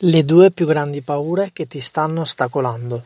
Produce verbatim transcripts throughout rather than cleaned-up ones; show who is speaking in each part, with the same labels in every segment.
Speaker 1: Le due più grandi paure che ti stanno ostacolando.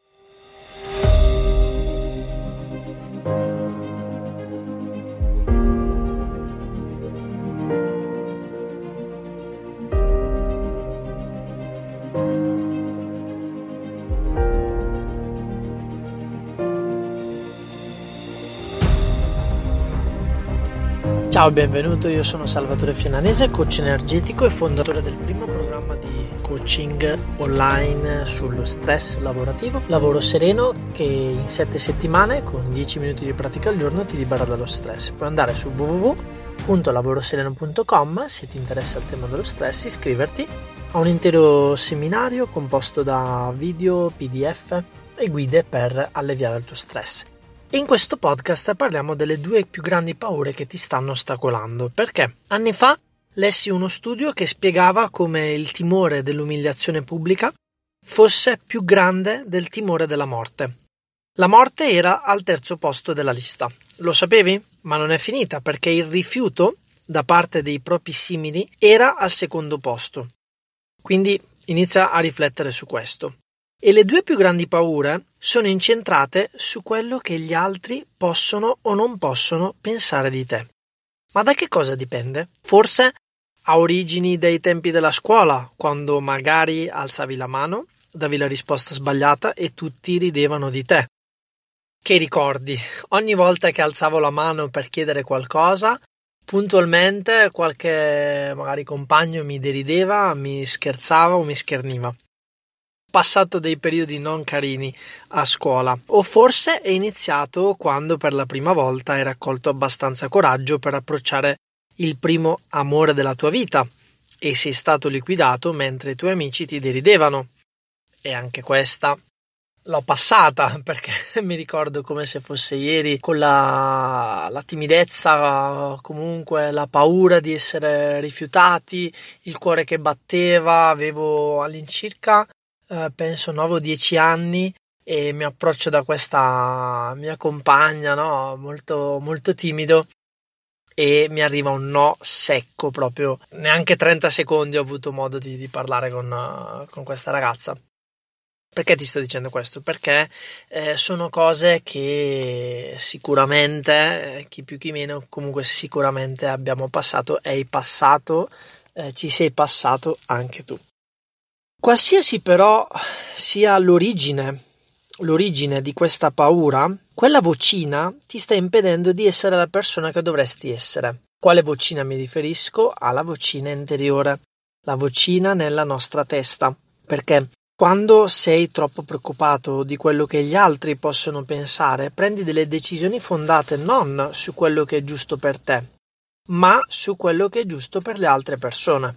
Speaker 1: Ciao e benvenuto, io sono Salvatore Fiananese, coach energetico e fondatore del primo programma di coaching online sullo stress lavorativo, lavoro sereno, che in sette settimane con dieci minuti di pratica al giorno ti libera dallo stress. Puoi andare su w w w punto lavorosereno punto com se ti interessa il tema dello stress, iscriverti a un intero seminario composto da video, P D F e guide per alleviare il tuo stress. E in questo podcast parliamo delle due più grandi paure che ti stanno ostacolando, perché anni fa lessi uno studio che spiegava come il timore dell'umiliazione pubblica fosse più grande del timore della morte. La morte era al terzo posto della lista. Lo sapevi? Ma non è finita, perché il rifiuto da parte dei propri simili era al secondo posto. Quindi inizia a riflettere su questo. E le due più grandi paure sono incentrate su quello che gli altri possono o non possono pensare di te. Ma da che cosa dipende? Forse ha origini dai tempi della scuola, quando magari alzavi la mano, davi la risposta sbagliata e tutti ridevano di te. Che ricordi? Ogni volta che alzavo la mano per chiedere qualcosa, puntualmente qualche magari compagno mi derideva, mi scherzava o mi scherniva. Passato dei periodi non carini a scuola, o forse è iniziato quando per la prima volta hai raccolto abbastanza coraggio per approcciare il primo amore della tua vita e sei stato liquidato mentre i tuoi amici ti deridevano. E anche questa l'ho passata, perché mi ricordo come se fosse ieri, con la, la timidezza, comunque la paura di essere rifiutati, il cuore che batteva. Avevo all'incirca Uh, penso nove o dieci anni e mi approccio da questa mia compagna, no? molto, molto timido, e mi arriva un no secco, proprio neanche trenta secondi ho avuto modo di, di parlare con, uh, con questa ragazza. Perché ti sto dicendo questo? Perché eh, sono cose che sicuramente, eh, chi più chi meno, comunque sicuramente abbiamo passato, hai passato, eh, ci sei passato anche tu. Qualsiasi però sia l'origine, l'origine di questa paura, quella vocina ti sta impedendo di essere la persona che dovresti essere. Quale vocina mi riferisco? Alla vocina interiore, la vocina nella nostra testa. Perché quando sei troppo preoccupato di quello che gli altri possono pensare, prendi delle decisioni fondate non su quello che è giusto per te, ma su quello che è giusto per le altre persone.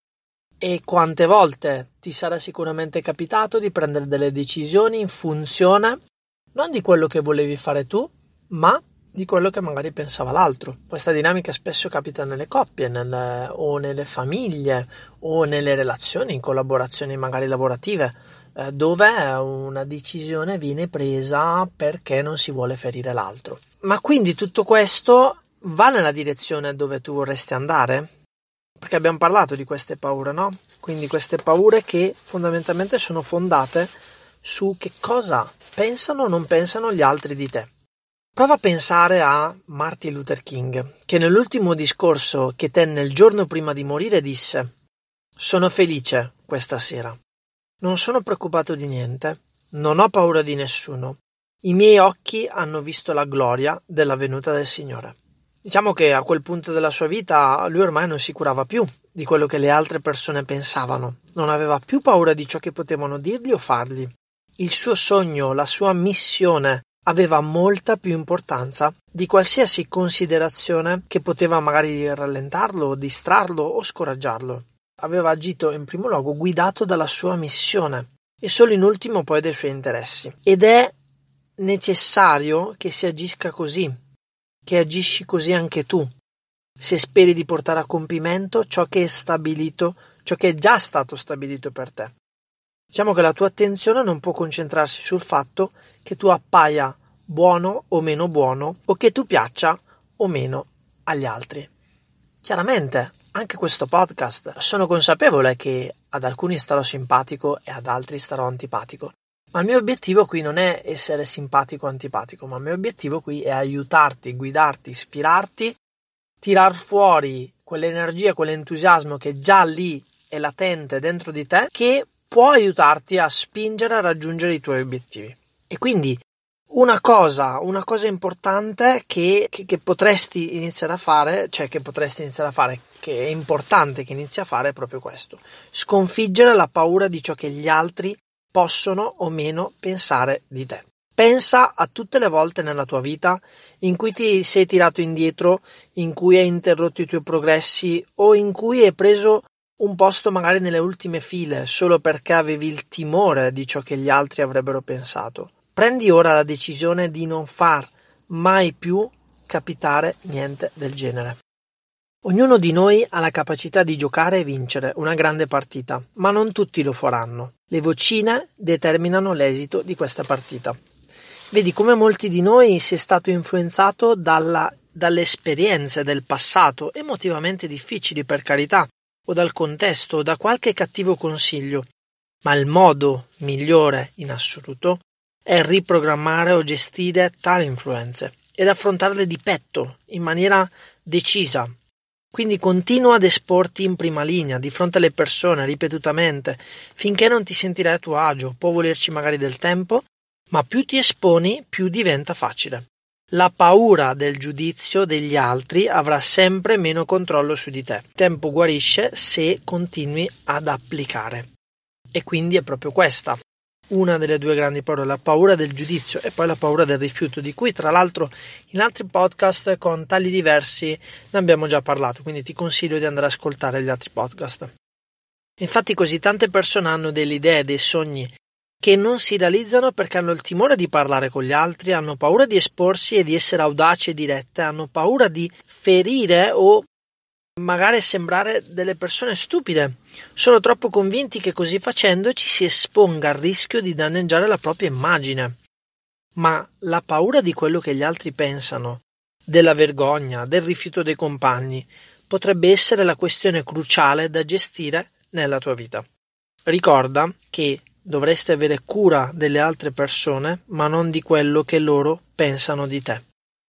Speaker 1: E quante volte ti sarà sicuramente capitato di prendere delle decisioni in funzione non di quello che volevi fare tu, ma di quello che magari pensava l'altro. Questa dinamica spesso capita nelle coppie, nelle, o nelle famiglie, o nelle relazioni, in collaborazioni magari lavorative, eh, dove una decisione viene presa perché non si vuole ferire l'altro. Ma quindi tutto questo va nella direzione dove tu vorresti andare? Perché abbiamo parlato di queste paure, no? Quindi queste paure che fondamentalmente sono fondate su che cosa pensano o non pensano gli altri di te. Prova a pensare a Martin Luther King, che nell'ultimo discorso che tenne il giorno prima di morire disse: «Sono felice questa sera. Non sono preoccupato di niente. Non ho paura di nessuno. I miei occhi hanno visto la gloria della venuta del Signore». Diciamo che a quel punto della sua vita lui ormai non si curava più di quello che le altre persone pensavano, non aveva più paura di ciò che potevano dirgli o fargli. Il suo sogno, la sua missione aveva molta più importanza di qualsiasi considerazione che poteva magari rallentarlo, distrarlo o scoraggiarlo. Aveva agito in primo luogo guidato dalla sua missione e solo in ultimo poi dai suoi interessi. Ed è necessario che si agisca così, che agisci così anche tu, se speri di portare a compimento ciò che è stabilito, ciò che è già stato stabilito per te. Diciamo che la tua attenzione non può concentrarsi sul fatto che tu appaia buono o meno buono, o che tu piaccia o meno agli altri. Chiaramente anche questo podcast. Sono consapevole che ad alcuni starò simpatico e ad altri starò antipatico, ma il mio obiettivo qui non è essere simpatico o antipatico, ma il mio obiettivo qui è aiutarti, guidarti, ispirarti, tirar fuori quell'energia, quell'entusiasmo che già lì è latente dentro di te, che può aiutarti a spingere a raggiungere i tuoi obiettivi. E quindi una cosa, una cosa importante che, che, che potresti iniziare a fare, cioè che potresti iniziare a fare, che è importante che inizi a fare, è proprio questo: sconfiggere la paura di ciò che gli altri possono o meno pensare di te. Pensa a tutte le volte nella tua vita in cui ti sei tirato indietro, in cui hai interrotto i tuoi progressi o in cui hai preso un posto magari nelle ultime file solo perché avevi il timore di ciò che gli altri avrebbero pensato. Prendi ora la decisione di non far mai più capitare niente del genere. Ognuno di noi ha la capacità di giocare e vincere una grande partita, ma non tutti lo faranno. Le vocine determinano l'esito di questa partita. Vedi come molti di noi si è stato influenzato dalla, dalle esperienze del passato, emotivamente difficili per carità, o dal contesto, o da qualche cattivo consiglio, ma il modo migliore in assoluto è riprogrammare o gestire tali influenze ed affrontarle di petto, in maniera decisa. Quindi continua ad esporti in prima linea, di fronte alle persone, ripetutamente, finché non ti sentirai a tuo agio. Può volerci magari del tempo, ma più ti esponi, più diventa facile. La paura del giudizio degli altri avrà sempre meno controllo su di te. Il tempo guarisce se continui ad applicare. E quindi è proprio questa una delle due grandi paure, la paura del giudizio e poi la paura del rifiuto, di cui tra l'altro in altri podcast con tagli diversi ne abbiamo già parlato, quindi ti consiglio di andare ad ascoltare gli altri podcast. Infatti così tante persone hanno delle idee, dei sogni che non si realizzano perché hanno il timore di parlare con gli altri, hanno paura di esporsi e di essere audaci e dirette, hanno paura di ferire o magari sembrare delle persone stupide. Sono troppo convinti che così facendo ci si esponga al rischio di danneggiare la propria immagine. Ma la paura di quello che gli altri pensano, della vergogna, del rifiuto dei compagni, potrebbe essere la questione cruciale da gestire nella tua vita. Ricorda che dovresti avere cura delle altre persone, ma non di quello che loro pensano di te.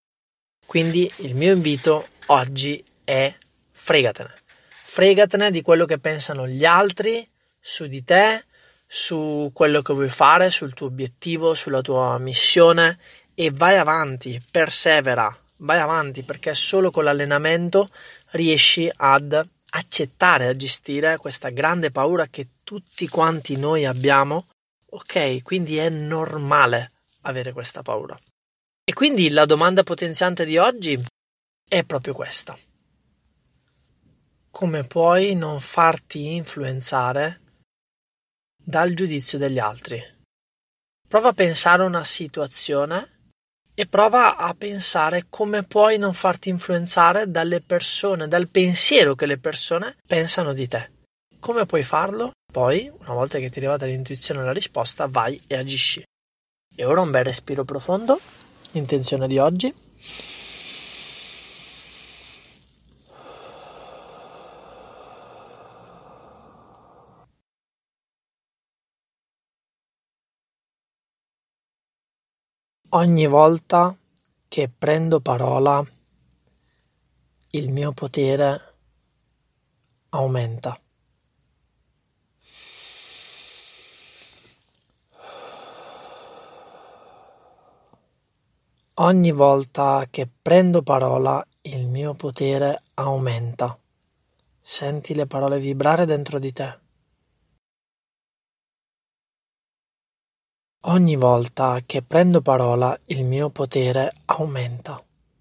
Speaker 1: Quindi il mio invito oggi è: fregatene. Fregatene di quello che pensano gli altri su di te, su quello che vuoi fare, sul tuo obiettivo, sulla tua missione, e vai avanti, persevera, vai avanti, perché solo con l'allenamento riesci ad accettare, a gestire questa grande paura che tutti quanti noi abbiamo. Ok, quindi è normale avere questa paura. E quindi la domanda potenziante di oggi è proprio questa: come puoi non farti influenzare dal giudizio degli altri? Prova a pensare a una situazione e prova a pensare come puoi non farti influenzare dalle persone, dal pensiero che le persone pensano di te. Come puoi farlo? Poi, una volta che ti è arrivata l'intuizione e la risposta, vai e agisci. E ora un bel respiro profondo, l'intenzione di oggi. Ogni volta che prendo parola, il mio potere aumenta. Ogni volta che prendo parola, il mio potere aumenta. Senti le parole vibrare dentro di te. Ogni volta che prendo parola, il mio potere aumenta.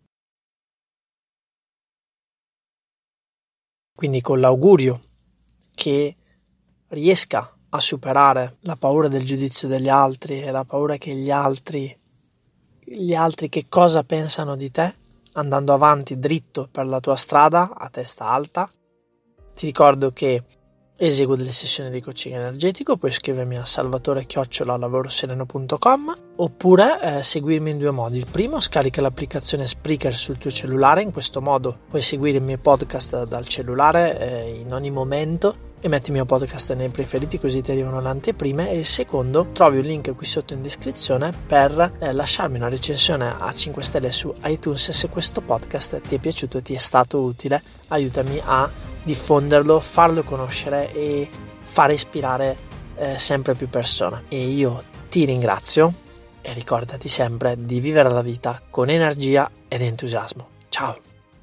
Speaker 1: Quindi con l'augurio che riesca a superare la paura del giudizio degli altri e la paura che gli altri, gli altri che cosa pensano di te, andando avanti dritto per la tua strada a testa alta, ti ricordo che eseguo delle sessioni di coaching energetico, puoi iscrivermi a salvatore chiocciola lavorosereno punto com oppure eh, seguirmi in due modi. Il primo, scarica l'applicazione Spreaker sul tuo cellulare, in questo modo puoi seguire i miei podcast dal cellulare eh, in ogni momento e metti il mio podcast nei preferiti, così ti arrivano le anteprime. E il secondo, trovi un link qui sotto in descrizione per eh, lasciarmi una recensione a cinque stelle su iTunes se questo podcast ti è piaciuto e ti è stato utile. Aiutami a diffonderlo, farlo conoscere e fare ispirare eh, sempre più persone. E io ti ringrazio e ricordati sempre di vivere la vita con energia ed entusiasmo. Ciao!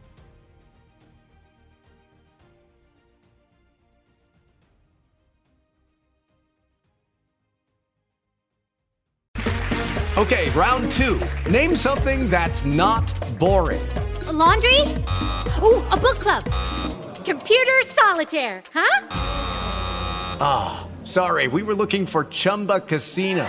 Speaker 2: Okay, round two. Name something that's not boring.
Speaker 3: A laundry? Ooh, a book club. Computer solitaire, huh?
Speaker 2: Ah, oh, sorry, we were looking for Chumba Casino.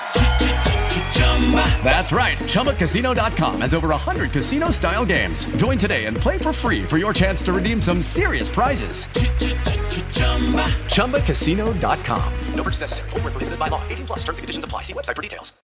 Speaker 2: That's right, Chumba Casino dot com has over one hundred casino-style games. Join today and play for free for your chance to redeem some serious prizes. Chumba Casino dot com. No purchase necessary. Void where prohibited by law. eighteen plus terms and conditions apply. See website for details.